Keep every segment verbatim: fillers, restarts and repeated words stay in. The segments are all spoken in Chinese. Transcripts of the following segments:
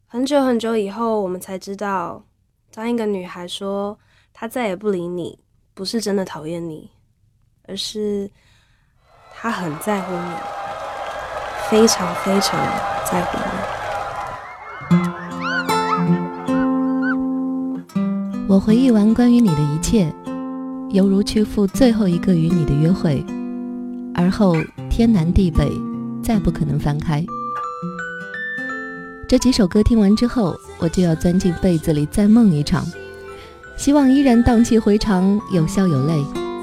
很久很久以后，我们才知道，当一个女孩说她再也不理你，不是真的讨厌你，而是她很在乎你，非常非常在乎你。我回忆完关于你的一切，犹如去赴最后一个与你的约会，而后天南地北，再不可能翻开。这几首歌听完之后，我就要钻进被子里再梦一场，希望依然荡气回肠，有笑有泪。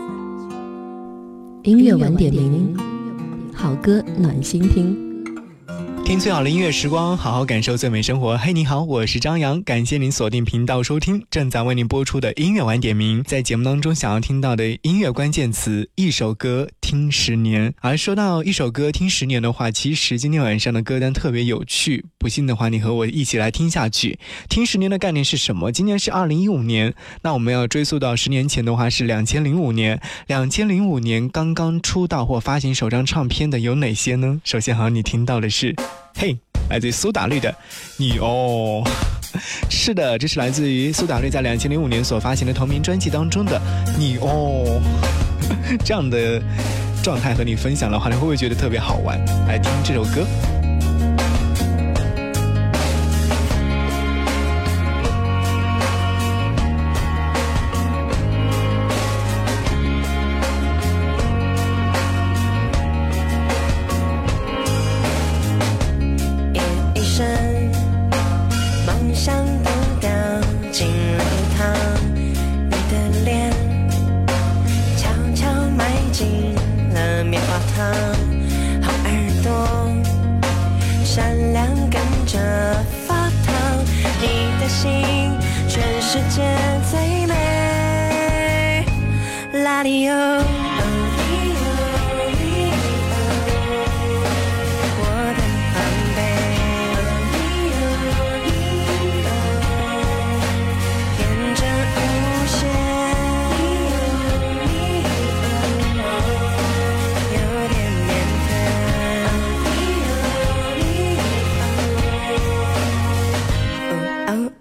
音乐晚点名，好歌暖心听， 听最好的音乐时光，好好感受最美生活。嘿，你好，我是张扬，感谢您锁定频道收听正在为您播出的音乐晚点名。在节目当中想要听到的音乐关键词，一首歌听十年。而说到一首歌听十年的话，其实今天晚上的歌单特别有趣，不信的话你和我一起来听下去。听十年的概念是什么？今年是二零一五年，那我们要追溯到十年前的话是两千零五年。两千零五年刚刚出道或发行首张唱片的有哪些呢？首先好，你听到的是嘿，来自于苏打绿的你哦。是的，这是来自于苏打绿在两千零五年所发行的同名专辑当中的你哦。这样的状态和你分享的话，你会不会觉得特别好玩？来听这首歌。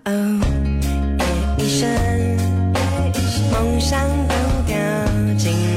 梦想都掉进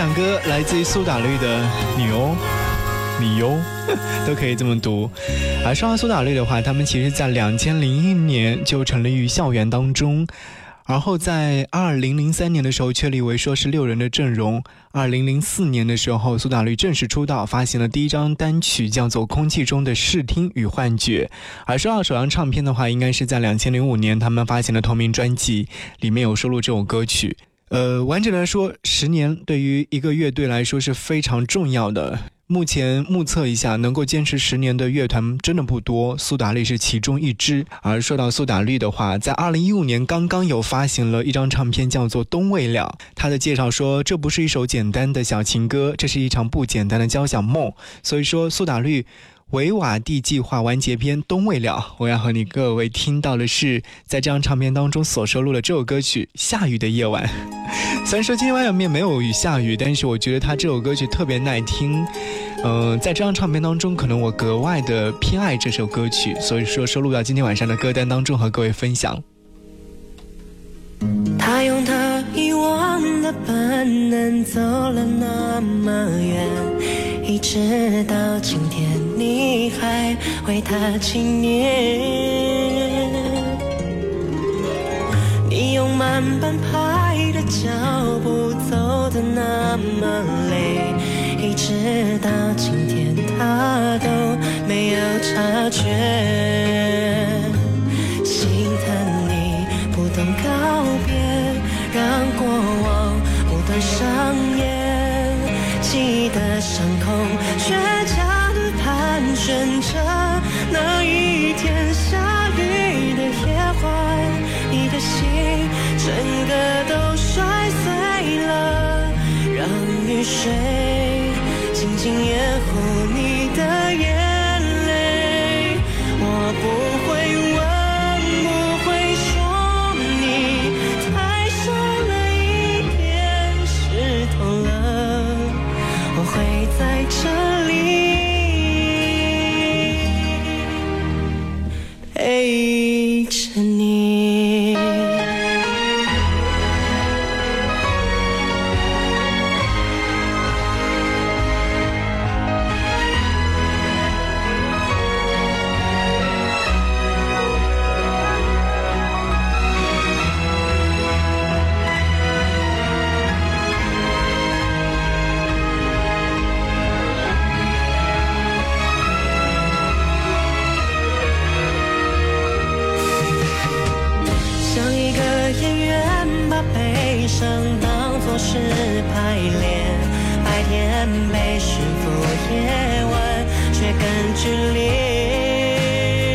场歌来自于苏打绿的你哦你哟都可以这么读。而说到苏打绿的话，他们其实在两千零一年就成立于校园当中，而后在二零零三年的时候确立为说是六人的阵容。二零零四年的时候，苏打绿正式出道，发行了第一张单曲叫做《空气中的视听与幻觉》。而说到首张唱片的话，应该是在两千零五年他们发行的同名专辑，里面有收录这首歌曲。呃，完整来说，十年对于一个乐队来说是非常重要的。目前目测一下，能够坚持十年的乐团真的不多，苏打绿是其中一支。而说到苏打绿的话，在二零一五年刚刚有发行了一张唱片叫做《冬未了》，他的介绍说，这不是一首简单的小情歌，这是一场不简单的交响梦。所以说苏打绿维瓦蒂计划完结篇冬未了，我要和你各位听到的是在这张唱片当中所收录的这首歌曲《下雨的夜晚》。虽然说今天外面没有雨下雨，但是我觉得他这首歌曲特别耐听。嗯、呃，在这张唱片当中，可能我格外的偏爱这首歌曲，所以说收录到今天晚上的歌单当中和各位分享。 他用他遗忘的本能走了那么远，一直到今天你还为他纪念。你用慢半拍的脚步走得那么累，一直到今天他都没有察觉。心疼你不懂告别，让过往不断上演，记得伤口倔强地盘旋着那一天下雨的夜晚，你的心整个都摔碎了，让雨水静静掩护你的眼泪。我不会问，不会说，你太少了一点湿透了，我会在这里陪着你。当作是排练，白天被驯服，夜晚却更剧烈，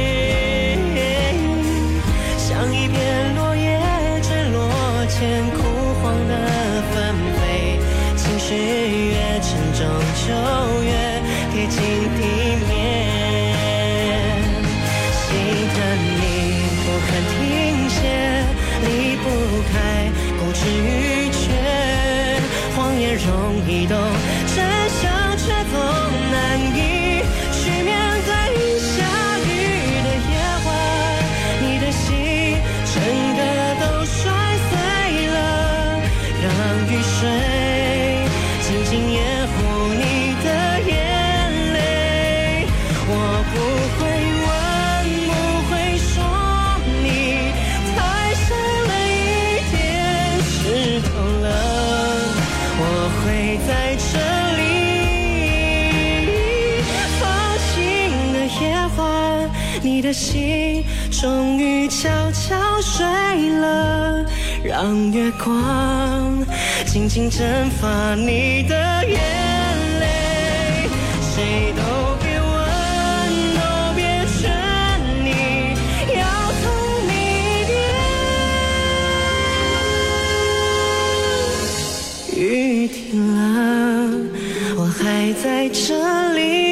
像一片落叶坠落前枯黄的纷飞，情绪越沉重就越贴近地面。心疼你不肯停歇，离不开固执与决，谎言容易懂，真相却总难以去面对。下雨的夜晚，你的心整个都摔碎了，让雨水静静掩护你的眼泪。我不会问，不会说，你太少了一点湿透了，我会在这里。放晴的夜晚，你的心终于悄悄睡了，让月光静静蒸发你的眼泪。谁都别问，都别劝，你要聪明点。雨停了，我还在这里。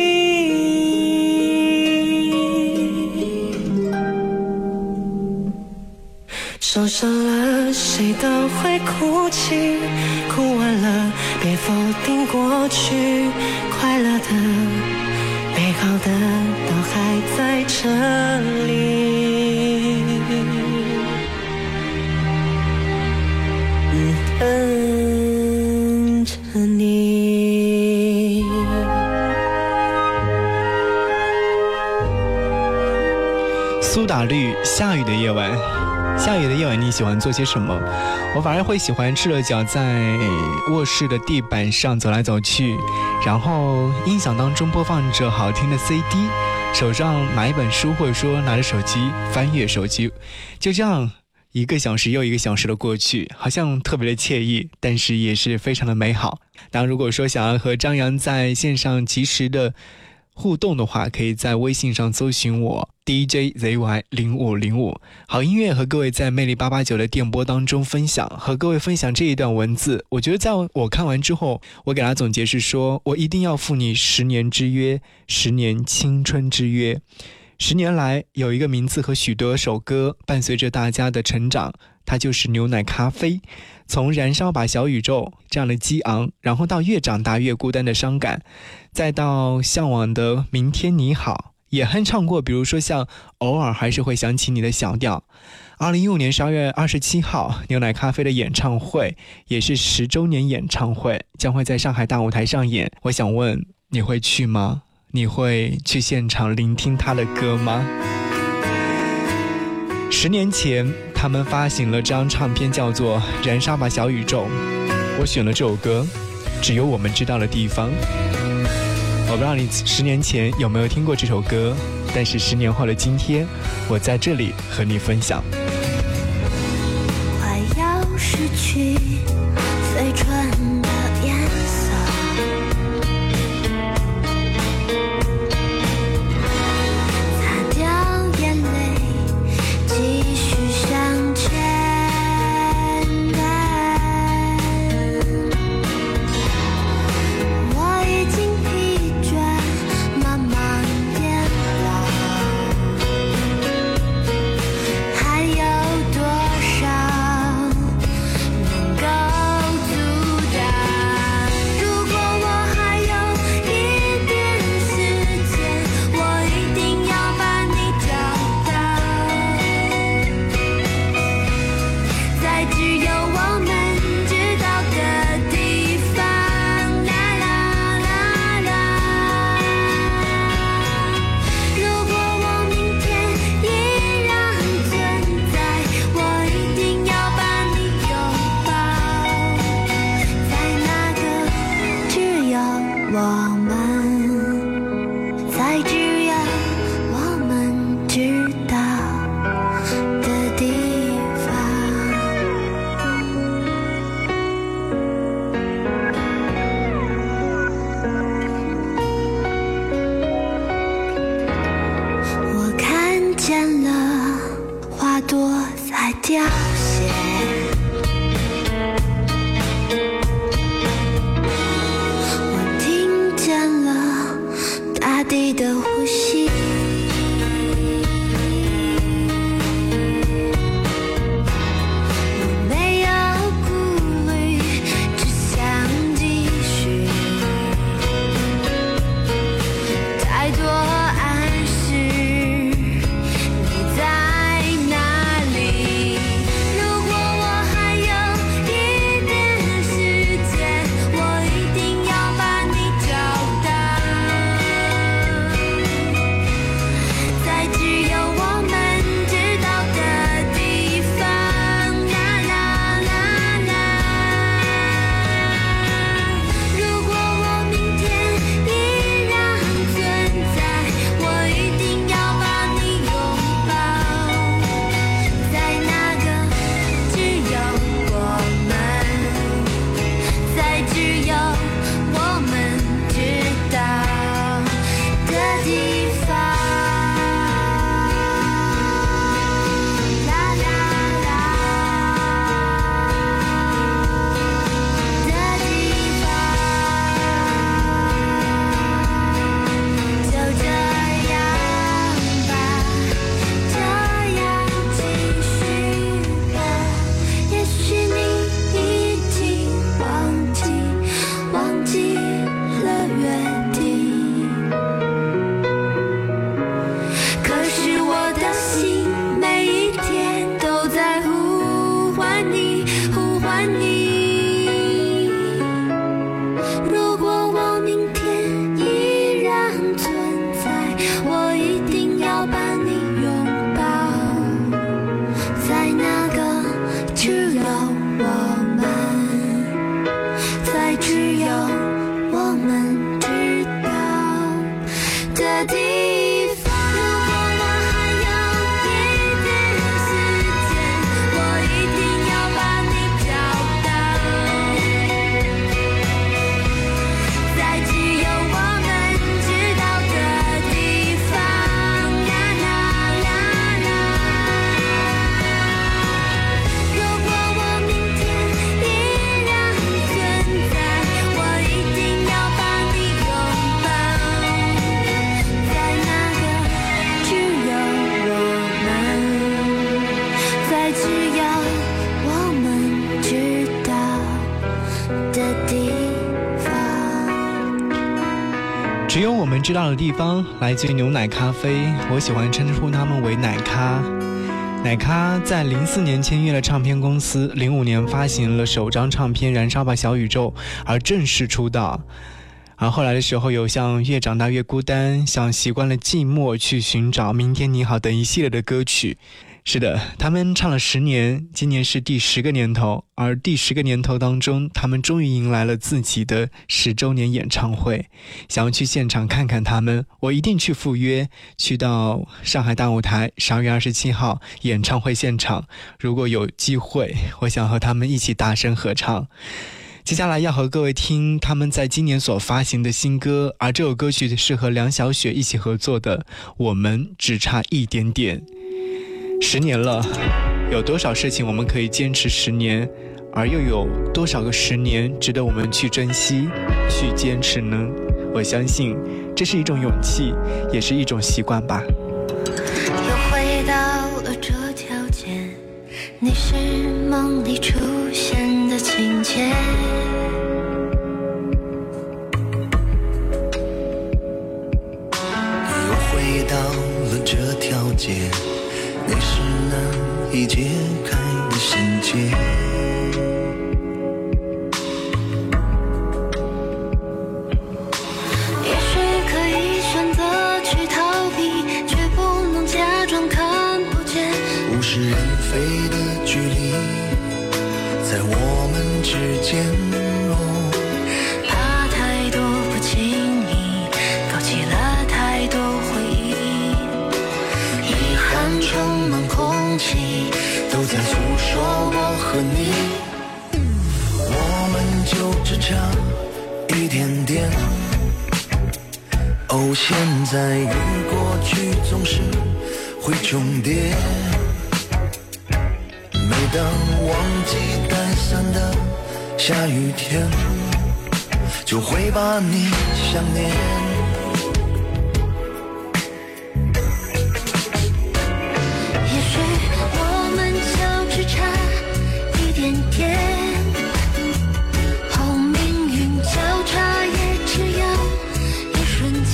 受伤了，谁都会哭泣，哭完了，别否定过去，快乐的、美好的都还在这里。等着你。 苏打绿《下雨的夜晚》。下雨的夜晚你喜欢做些什么？我反而会喜欢赤着脚在卧室的地板上走来走去，然后音响当中播放着好听的 C D， 手上拿一本书，或者说拿着手机翻阅手机，就这样一个小时又一个小时的过去，好像特别的惬意，但是也是非常的美好。当然如果说想要和张扬在线上及时的互动的话，可以在微信上搜寻我 D J Z Y 零五零五， 好音乐和各位在魅力八八九的电波当中分享，和各位分享这一段文字。我觉得在我看完之后，我给他总结是说，我一定要赴你十年之约，十年青春之约。十年来有一个名字和许多首歌伴随着大家的成长，它就是牛奶咖啡。从燃烧吧小宇宙这样的激昂，然后到越长大越孤单的伤感，再到向往的明天你好，也哼唱过比如说像偶尔还是会想起你的小调。二零一五年十二月二十七号牛奶咖啡的演唱会也是十周年演唱会，将会在上海大舞台上演。我想问你会去吗？你会去现场聆听他的歌吗？十年前他们发行了这张唱片叫做《燃烧吧小宇宙》，我选了这首歌《只有我们知道的地方》。我不知道你十年前有没有听过这首歌，但是十年后的今天，我在这里和你分享。 快要失去最纯的颜色，擦掉眼泪，继续向前。我已经疲倦，慢慢变老，还有多少能够阻挡？如果我还有一点时间，我一定要把你找到，在只有我们知道的地方。啦啦啦啦，如果我明天依然存在，我一定要把你拥抱，在那个只有我们，在只有我们知道的地方。我看见了花朵在凋谢，我听见了大地的呼吸，我没有顾虑，只想继续，太多暗示你在哪里。如果我还有一点时间，我一定要把你找到， 的地方。如果我还有一点时间，我一定要把你找到，在只有我们知道的地方。啦啦啦啦。如果我明天依然存在，我一定要把你拥抱，在那个只有我们，在只有我们知道的地方。 只有我们知道的地方，来自于牛奶咖啡，我喜欢称呼他们为奶咖。奶咖在零四年签约了唱片公司，零五年发行了首张唱片《燃烧吧小宇宙》，而正式出道。而后来的时候，有像越长大越孤单、像习惯了寂寞去寻找明天你好等一系列的歌曲。是的，他们唱了十年，今年是第十个年头，而第十个年头当中，他们终于迎来了自己的十周年演唱会。想要去现场看看他们，我一定去赴约，去到上海大舞台十二月二十七号演唱会现场。如果有机会，我想和他们一起大声合唱。接下来要和各位听他们在今年所发行的新歌，而这首歌曲是和梁晓雪一起合作的《我们只差一点点》。十年了，有多少事情我们可以坚持十年，而又有多少个十年值得我们去珍惜、去坚持呢？我相信这是一种勇气，也是一种习惯吧。 又回到了这条街，你是梦里出现的情节。 又回到了这条街，你是难以解开的心结。 也许可以选择去逃避，却不能假装看不见。 物是人非的距离，在我们之间。哦， 怕太多不经意，勾起了太多回忆。遗憾充满空气，都在诉说我和你。 我们就只差一点点。哦，现在与过去总是会重叠。每当忘记带伞的下雨天，就会把你想念。 也许我们就只差一点点，后命运交叉也只有一瞬间。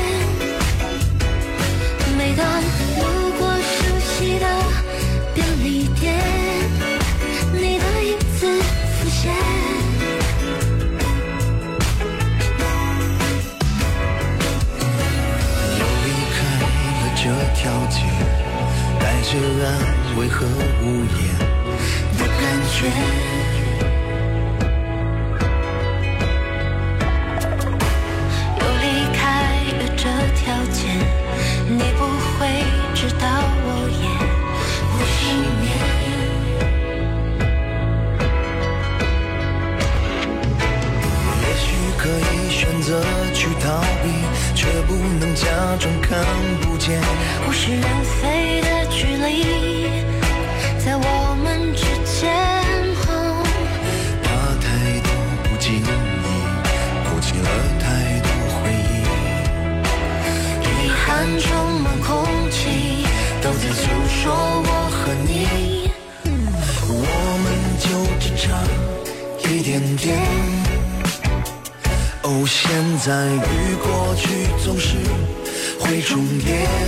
每当路过熟悉的便利店，你的影子浮现。 又离开了这条街，带着安慰和无言的感觉。 又离开了这条街，你不会知道我也不失眠。 也许可以选择去逃避，却不能假装看不见。 物是人非的距离，在我们之间。哦， 怕太多不经意，勾起了太多回忆。 遗憾充满空气，都在诉说我和你。 我们就只差一点点。哦，现在与过去总是会重叠。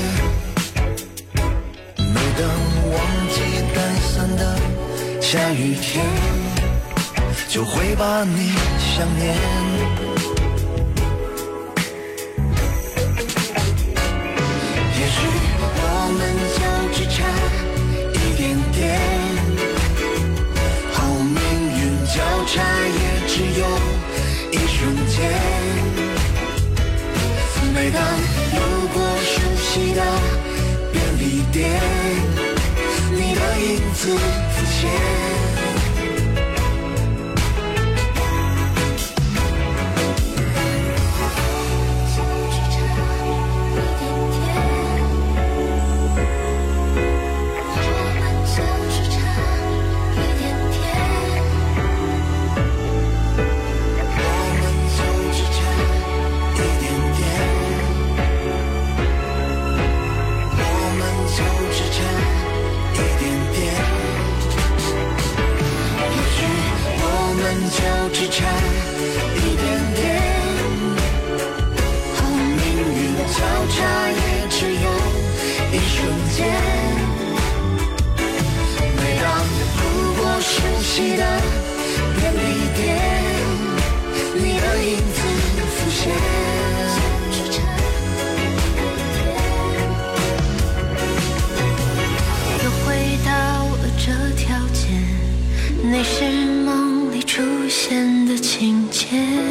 每当忘记带伞的下雨天，就会把你想念。 也许我们就只差一点点，后命运交叉也只有一瞬间。每当路过熟悉的便利店，你的影子浮现。 那是梦里出现的情节。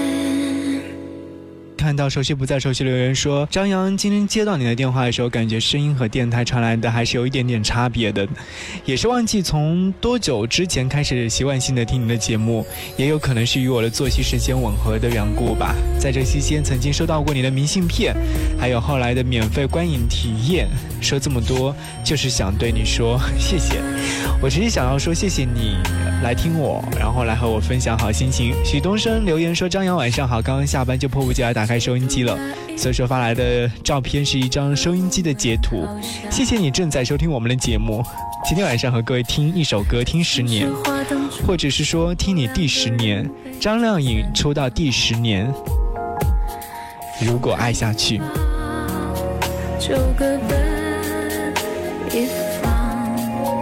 看到熟悉不再熟悉留言说，张扬今天接到你的电话的时候，感觉声音和电台传来的还是有一点点差别的，也是忘记从多久之前开始习惯性的听你的节目，也有可能是与我的作息时间吻合的缘故吧。在这期间曾经收到过你的明信片，还有后来的免费观影体验，说这么多就是想对你说谢谢。我只是想要说谢谢你来听我，然后来和我分享好心情。许东升留言说，张扬晚上好，刚刚下班就迫不及待打开收音机了，所以说发来的照片是一张收音机的截图。谢谢你正在收听我们的节目，今天晚上和各位听一首歌，听十年，或者是说听你第十年。张靓颖出道第十年，如果爱下去， 就各奔一方，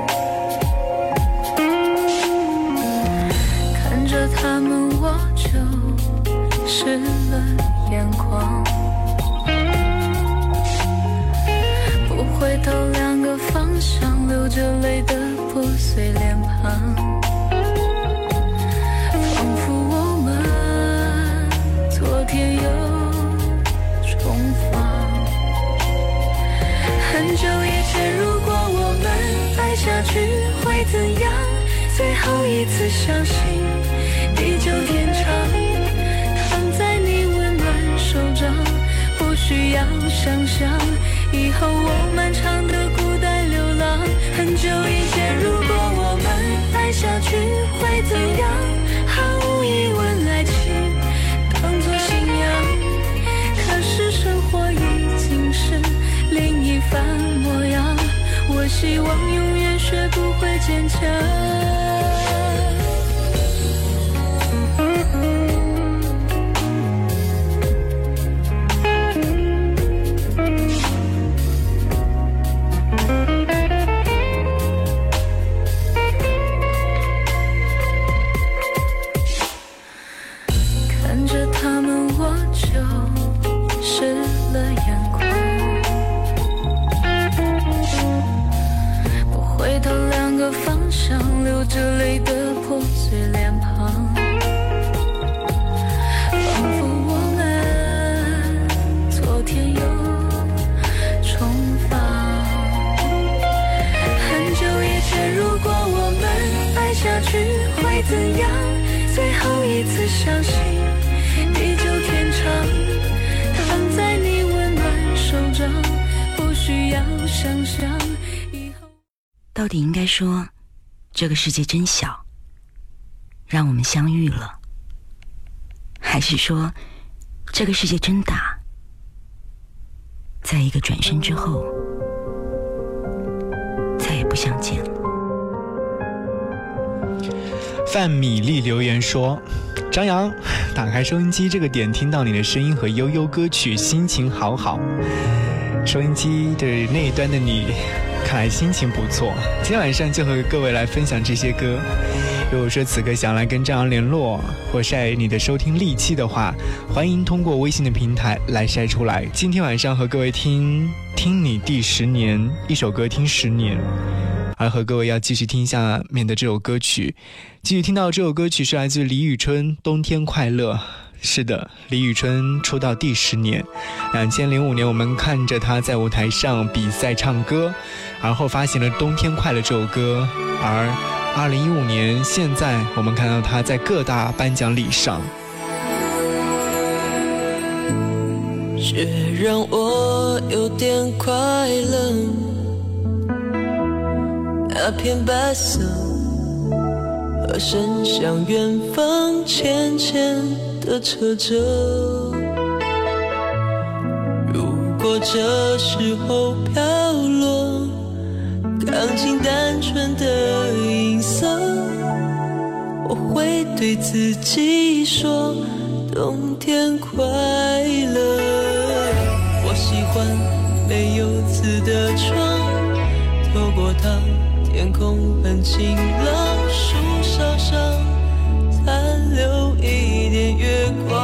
看着他们我就湿了眼眶，不回头两个方向，流着泪的破碎脸庞，仿佛我们昨天又重逢。很久以前，如果我们爱下去会怎样？最后一次相信地久天长，躺在你温暖手掌，不需要想象以后我漫长的孤单流浪。很久以前，如果我们爱下去会怎样？毫无疑问，爱情当作信仰，可是生活已经是另一番模样。我希望永远学不会坚强。看着他们，我就湿了眼眶，不回头两个方向，流着泪的破碎脸庞，仿佛我们昨天又重逢。很久以前，如果我们爱下去会怎样？最后一次相信地久天长，躺在你温暖手掌，不需要想象以后。 到底应该说这个世界真小，让我们相遇了，还是说这个世界真大，在一个转身之后再也不相见了。 范米粒留言说，张扬，打开收音机这个点听到你的声音和悠悠歌曲，心情好好。收音机的那一端的你，看来心情不错。今天晚上就和各位来分享这些歌。如果说此刻想来跟张扬联络或晒你的收听利器的话，欢迎通过微信的平台来晒出来。今天晚上和各位听听你第十年，一首歌听十年。而和各位要继续听下面的这首歌曲，继续听到这首歌曲是来自李宇春《冬天快乐》。 是的，李宇春出道第十年，两千零五年我们看着她在舞台上比赛唱歌，而后发行了《冬天快乐》这首歌，而二零一五年现在我们看到她在各大颁奖礼上， 却让我有点快乐。那片白色和伸向远方浅浅的车辙，如果这时候飘落钢琴单纯的音色，我会对自己说冬天快乐。我喜欢没有字的窗，透过它天空很晴朗，树梢上残留一点月光。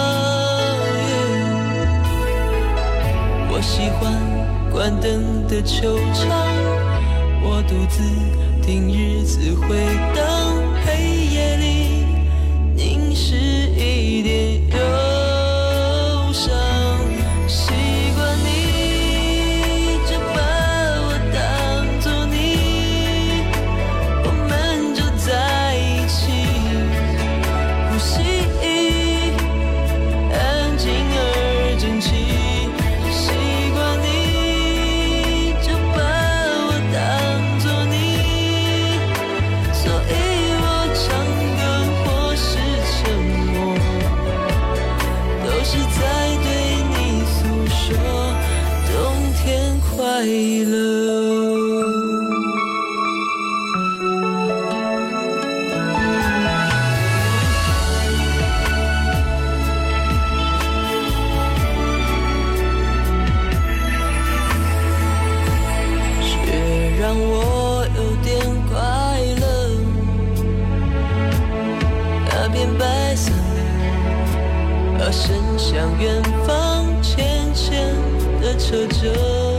我喜欢关灯的球场，我独自听日子回荡，黑夜里凝视一点忧伤。习惯你就把我当作你，我们就在一起呼吸，安静而整齐。习惯你就把我当作你，所以我唱歌或是沉默，都是在对你诉说冬天快乐。却让我有点快乐，那片白色而伸向远方浅浅的车辙，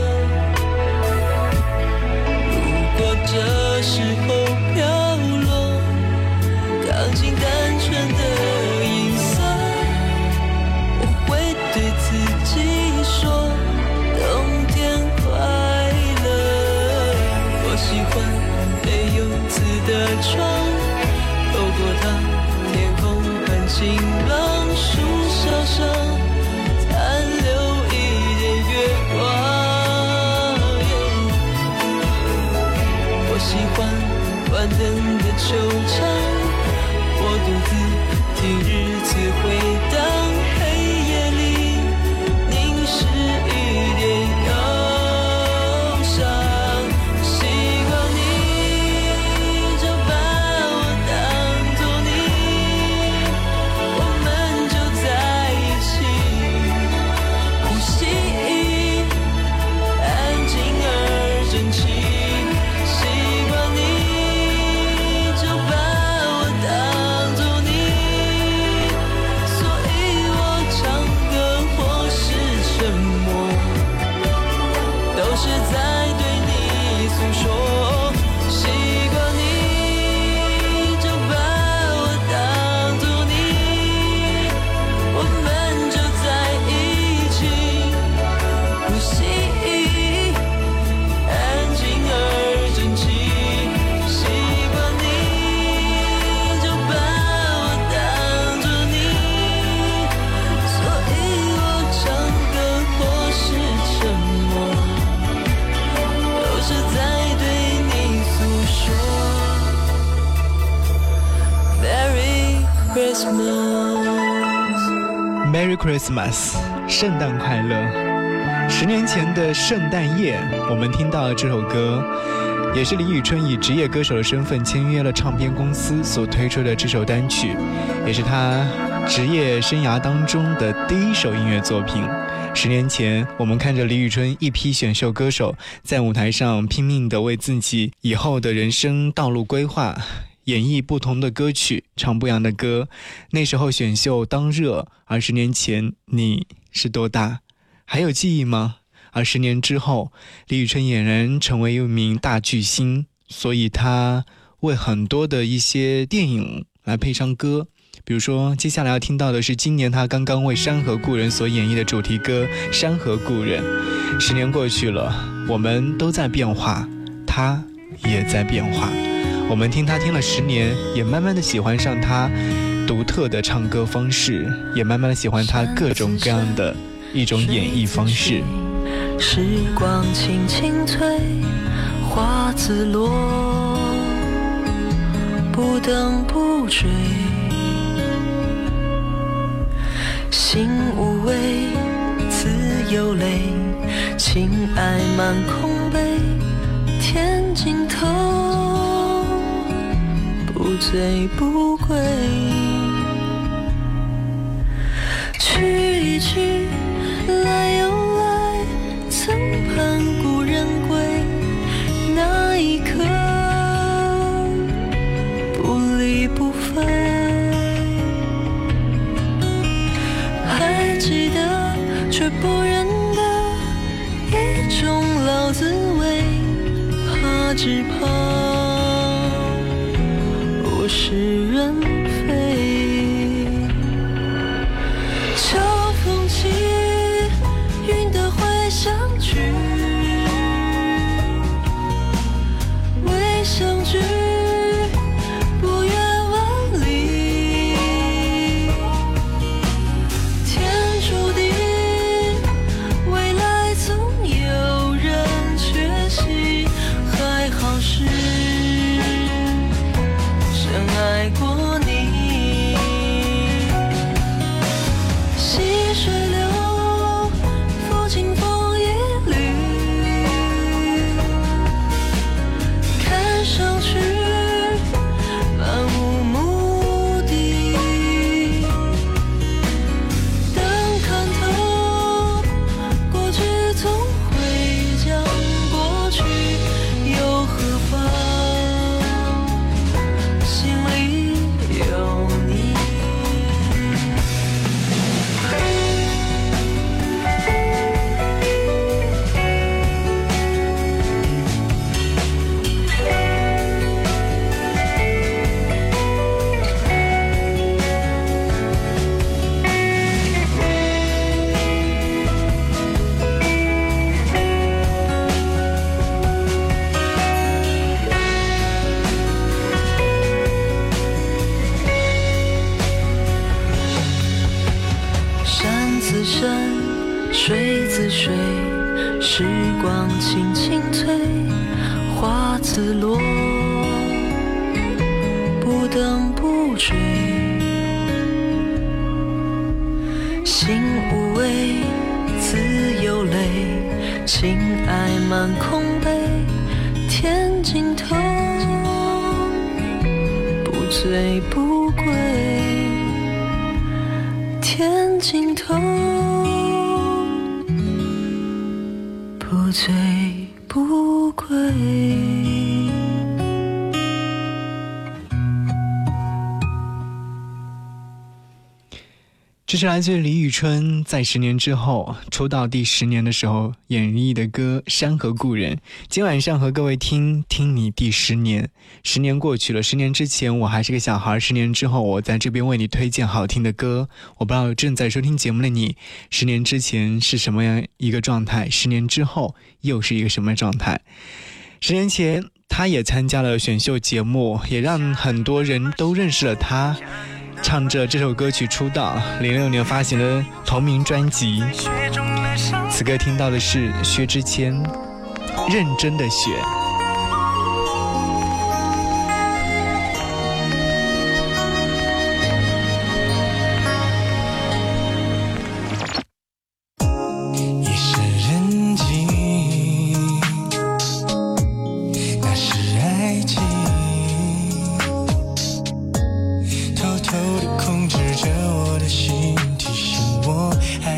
如果这时候飘落钢琴单纯的音色，我会对自己说冬天快乐。我喜欢没有字的窗，透过它天空很晴朗，树梢上残留一点月光。我喜欢关灯的球场，我独自听日子回荡，黑夜里凝视一点忧伤。习惯你就把我当作你，我们就在一起呼吸，安静而整齐。习惯你就把我当作你，所以我唱歌或是沉默，都是在对你诉说。习惯你就把我当作你，我们就在一起呼吸，安静而整齐。习惯你就把我当作你，所以我唱歌或是沉默，都是在对你诉说。Merry Christmas。 Merry Christmas， 圣诞快乐。十年前的圣诞夜，我们听到了这首歌，也是李宇春以职业歌手的身份签约了唱片公司所推出的这首单曲，也是他职业生涯当中的第一首音乐作品。十年前，我们看着李宇春一批选秀歌手在舞台上拼命地为自己以后的人生道路规划，演绎不同的歌曲，唱不一样的歌。那时候选秀当热，而十年前你是多大？还有记忆吗？而十年之后，李宇春俨然成为一名大巨星，所以她为很多的一些电影来配上歌， 比如说接下来要听到的是今年他刚刚为山河故人所演绎的主题歌《山河故人》。十年过去了，我们都在变化，他也在变化。我们听他听了十年，也慢慢的喜欢上他独特的唱歌方式，也慢慢的喜欢他各种各样的一种演绎方式。 时光轻轻吹，花自落，不等不追，心无畏，自有泪，情爱满空杯，天尽头，不醉不归。去一去，来又来，曾盼故人归，那一刻不离不分。还记得却不忍的一种老滋味，怕只怕物是人非。秋风起，云的会相聚，未相聚不远万里。天注定未来总有人缺席，还好是深爱过你。细水流，抚清风一缕，看上去漫无目的。等看透，过去总会将过去，又何妨？心里有你。山自山，水自水，时光轻轻催，花自落，不等不追。心无畏，自有泪，情爱满空杯，天尽头，不醉不归。天尽头，不醉不归。 这是来自李宇春在十年之后出道第十年的时候演绎的歌《山河故人》。今晚上和各位听听你第十年。十年过去了，十年之前我还是个小孩，十年之后我在这边为你推荐好听的歌。我不知道正在收听节目的你，十年之前是什么样一个状态，十年之后又是一个什么状态。十年前他也参加了选秀节目，也让很多人都认识了他，唱着这首歌曲出道，零六年发行了同名专辑。此歌听到的是薛之谦《认真的雪》。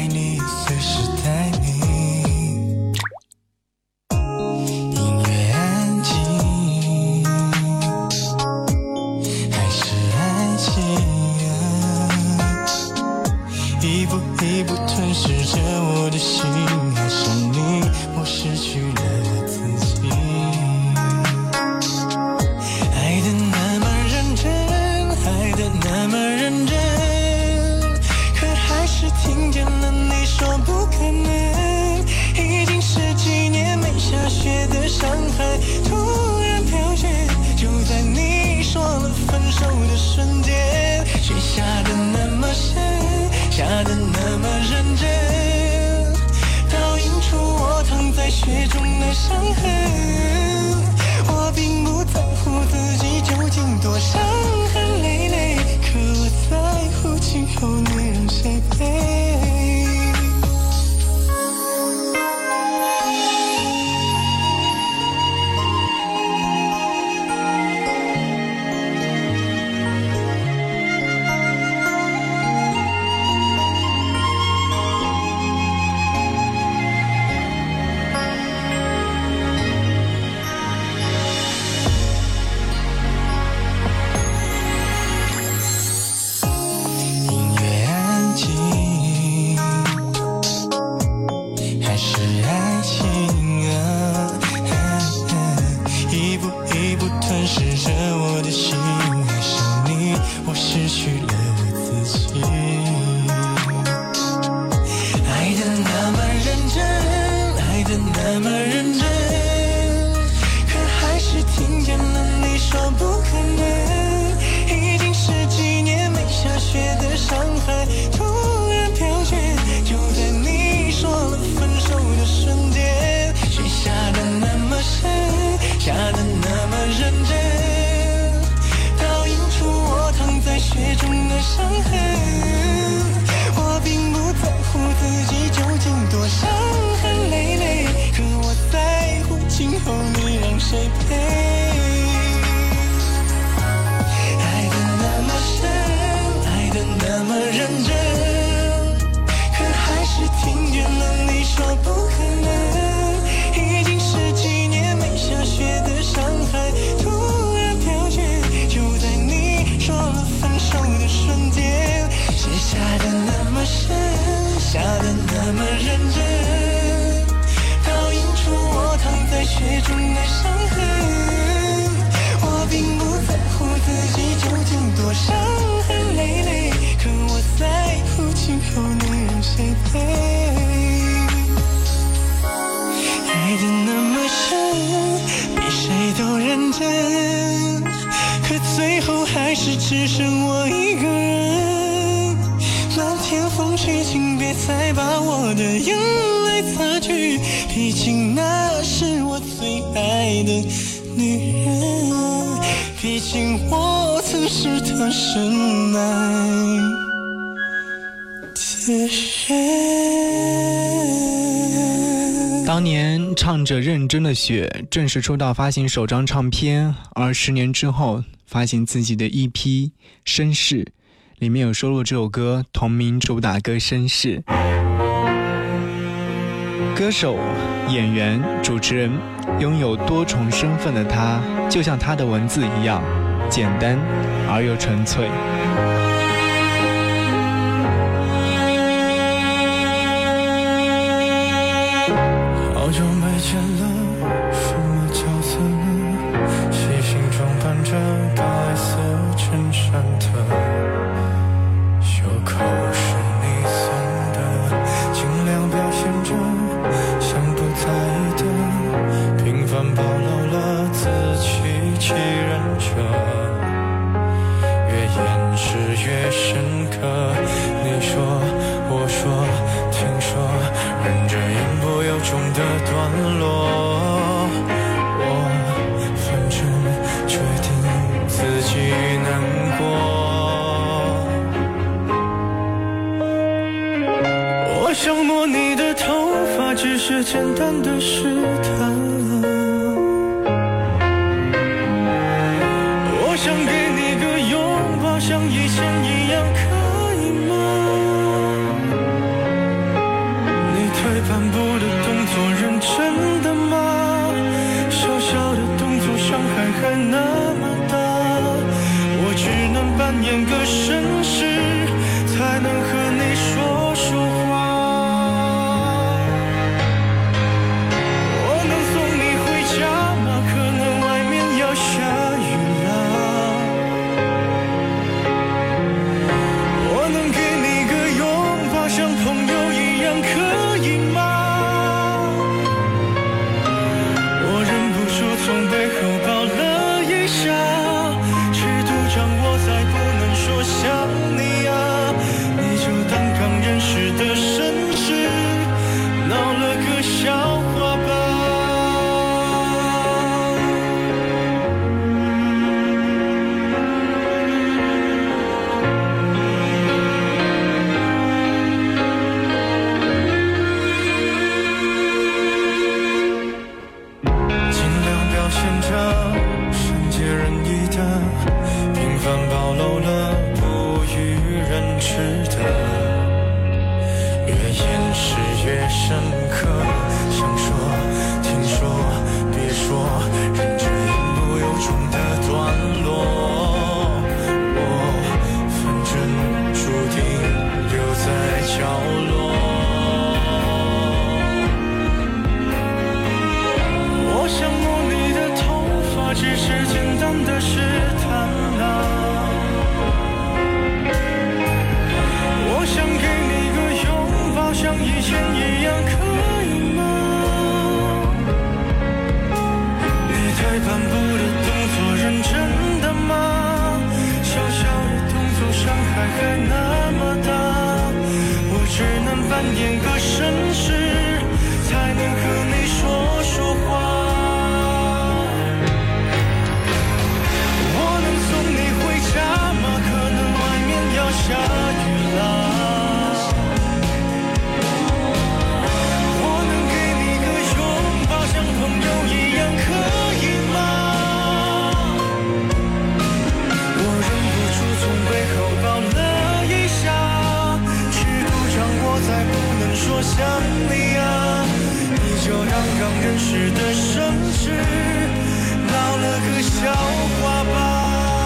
音乐伤痕。我并不在乎自己究竟多伤痕累累，可我在乎今后你让谁陪。只剩我一个人，漫天风吹，请别再把我的眼泪擦去，毕竟那是我最爱的女人，毕竟我曾是她深爱的人。 当年唱着认真的雪正式出道发行首张唱片，而十年之后发行自己的 E P《绅士》，里面有收录这首歌同名主打歌《绅士》。歌手、演员、主持人，拥有多重身份的他，就像他的文字一样简单而又纯粹。 好久没见了，什么角色呢？细心装扮着白色衬衫的，袖口是你送的，尽量表现着像不在意的，平凡暴露了自欺欺人着，越掩饰越深刻。你说，我说，听说，忍着言不由衷的段落，我反正决定自己难过。我想摸你的头发，只是简单的试探，我想给你个拥抱，像以前一样，可以吗？你退半步的动作认真的吗？小小的动作伤害还那么大，我只能扮演个绅士，才能和你说说话。我能送你回家吗？可能外面要下雨了。我能给你个拥抱，像朋友一样，可以吗？我忍不住从背后抱了一下，尺度掌握在不能说想你啊，你就的试探啊。我想给你个拥抱，像以前一样，可以吗？你退半步的动作认真的吗？小小的动作伤害还那么大，我只能扮演个绅士，才能和你说说话。我能送你回家吗？可能外面要下雨啦。我能给你个拥抱，像朋友一样，可以吗？我忍不住从背后抱了一下，尺度掌握在不能说想你啊。你就让刚认识的绅士闹了个笑话吧。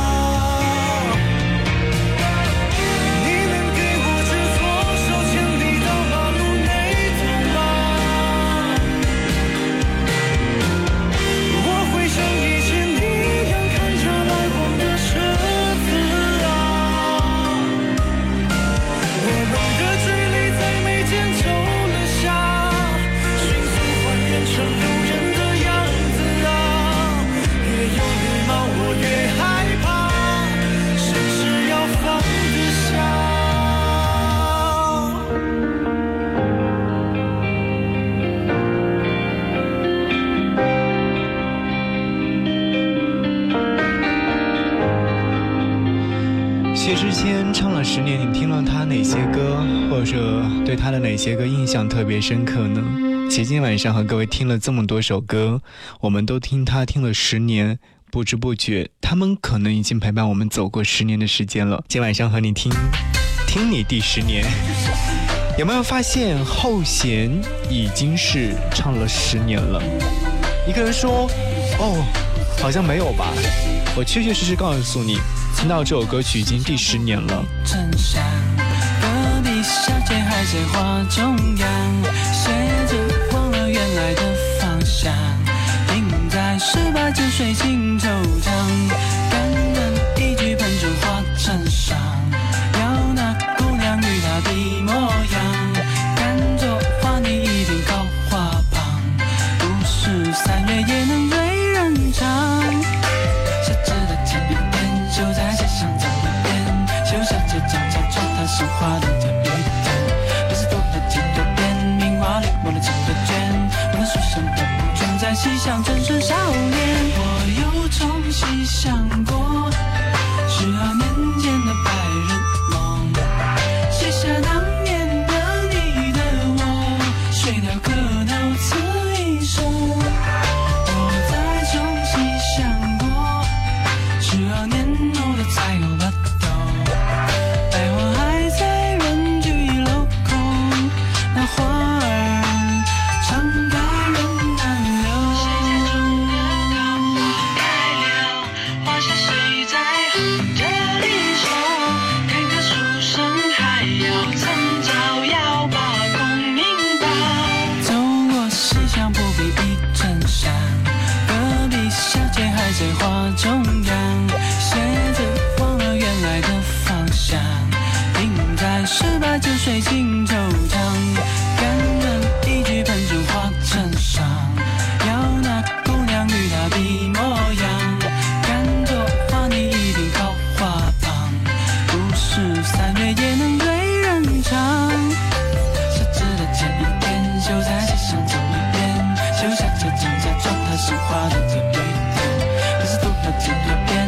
薛之谦唱了十年，你听了他哪些歌，或者对他的哪些歌印象特别深刻呢？其实今天晚上和各位听了这么多首歌，我们都听他听了十年，不知不觉他们可能已经陪伴我们走过十年的时间了。今晚上和你听听你第十年，有没有发现后弦已经是唱了十年了？一个人说哦好像没有吧，我确确实实告诉你，听到这首歌曲已经第十年了。 真相，隔壁小姐还在花中央，鞋子忘了原来的方向，停在十八九岁青头汤，感人一句喷出花衬上，要那姑娘与她的模样，看作画你一定高花旁，不是三月也能对人唱。就在街上走一遍，秀小姐正在穿她手画的这一天，不是多了几多变，名画里抹了几多卷，我那书生的不全在细想真是少年。我又重新想过十二年前的白日梦，写下当年的你的我，睡到可脑此一生。我再重新想过十二年才有了头，百花还在人聚楼空，那花儿常开人难留。谢谢中的老花开了，花谢谁在哼着离愁，看看书生还要趁早要把功名报。走过西厢不必一阵香，隔壁小姐还在花中央，鞋子忘了原来的方向，停在十八九岁青头汤，感人一句喷出花衬上，要那姑娘与她的模样，看作画你一定高花旁，不是三月也能对人唱。谁知道前一天就在街上走一遍，秀小姐正在穿她手画的这一天，不是多了几多变，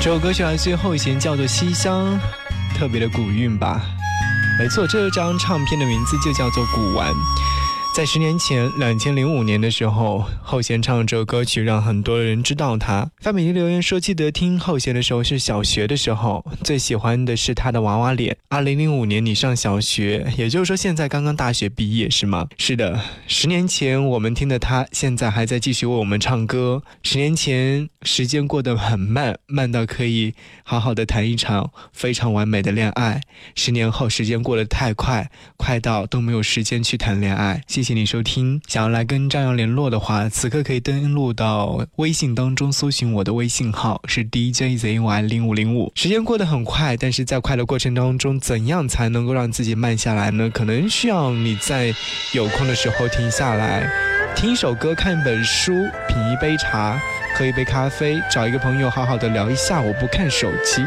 这首歌曲来自于后弦，叫做《西厢》，特别的古韵吧。没错，这张唱片的名字就叫做《古玩》。在十年前，两千零五年的时候，后弦唱这首歌曲，让很多人知道他。范美丽留言说，记得听后弦的时候是小学的时候，最喜欢的是他的娃娃脸。二零零五年你上小学，也就是说现在刚刚大学毕业是吗？是的，十年前我们听的他，现在还在继续为我们唱歌。十年前，时间过得很慢，慢到可以好好的谈一场非常完美的恋爱。十年后，时间过得太快，快到都没有时间去谈恋爱。谢谢你收听，想要来跟张扬联络的话，此刻可以登录到微信当中搜寻我的微信号是 D J Z Y 零五零五。时间过得很快，但是在快的过程当中，怎样才能够让自己慢下来呢？可能需要你在有空的时候停下来，听一首歌，看一本书，品一杯茶，喝一杯咖啡，找一个朋友好好的聊一下午，不看手机。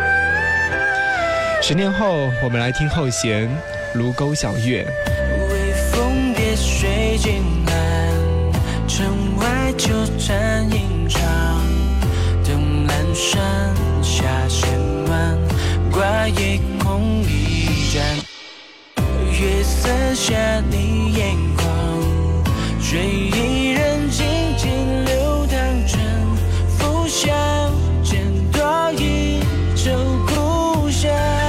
十年后，我们来听后弦《卢沟晓月》。 水尽蓝，城外旧站影长，灯阑珊下弦满，挂夜空一盏，月色下你眼眶，水一人静静流淌成浮想，剪多一首故乡。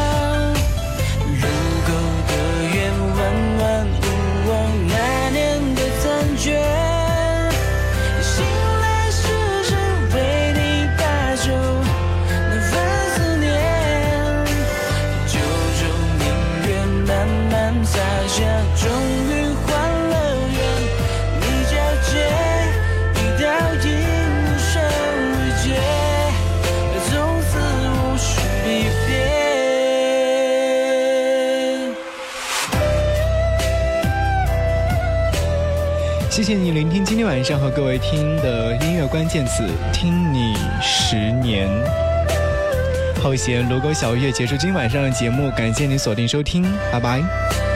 谢谢你聆听今天晚上和各位听的音乐关键词，听你十年。后弦《卢沟晓月》结束今晚上的节目，感谢你锁定收听，拜拜。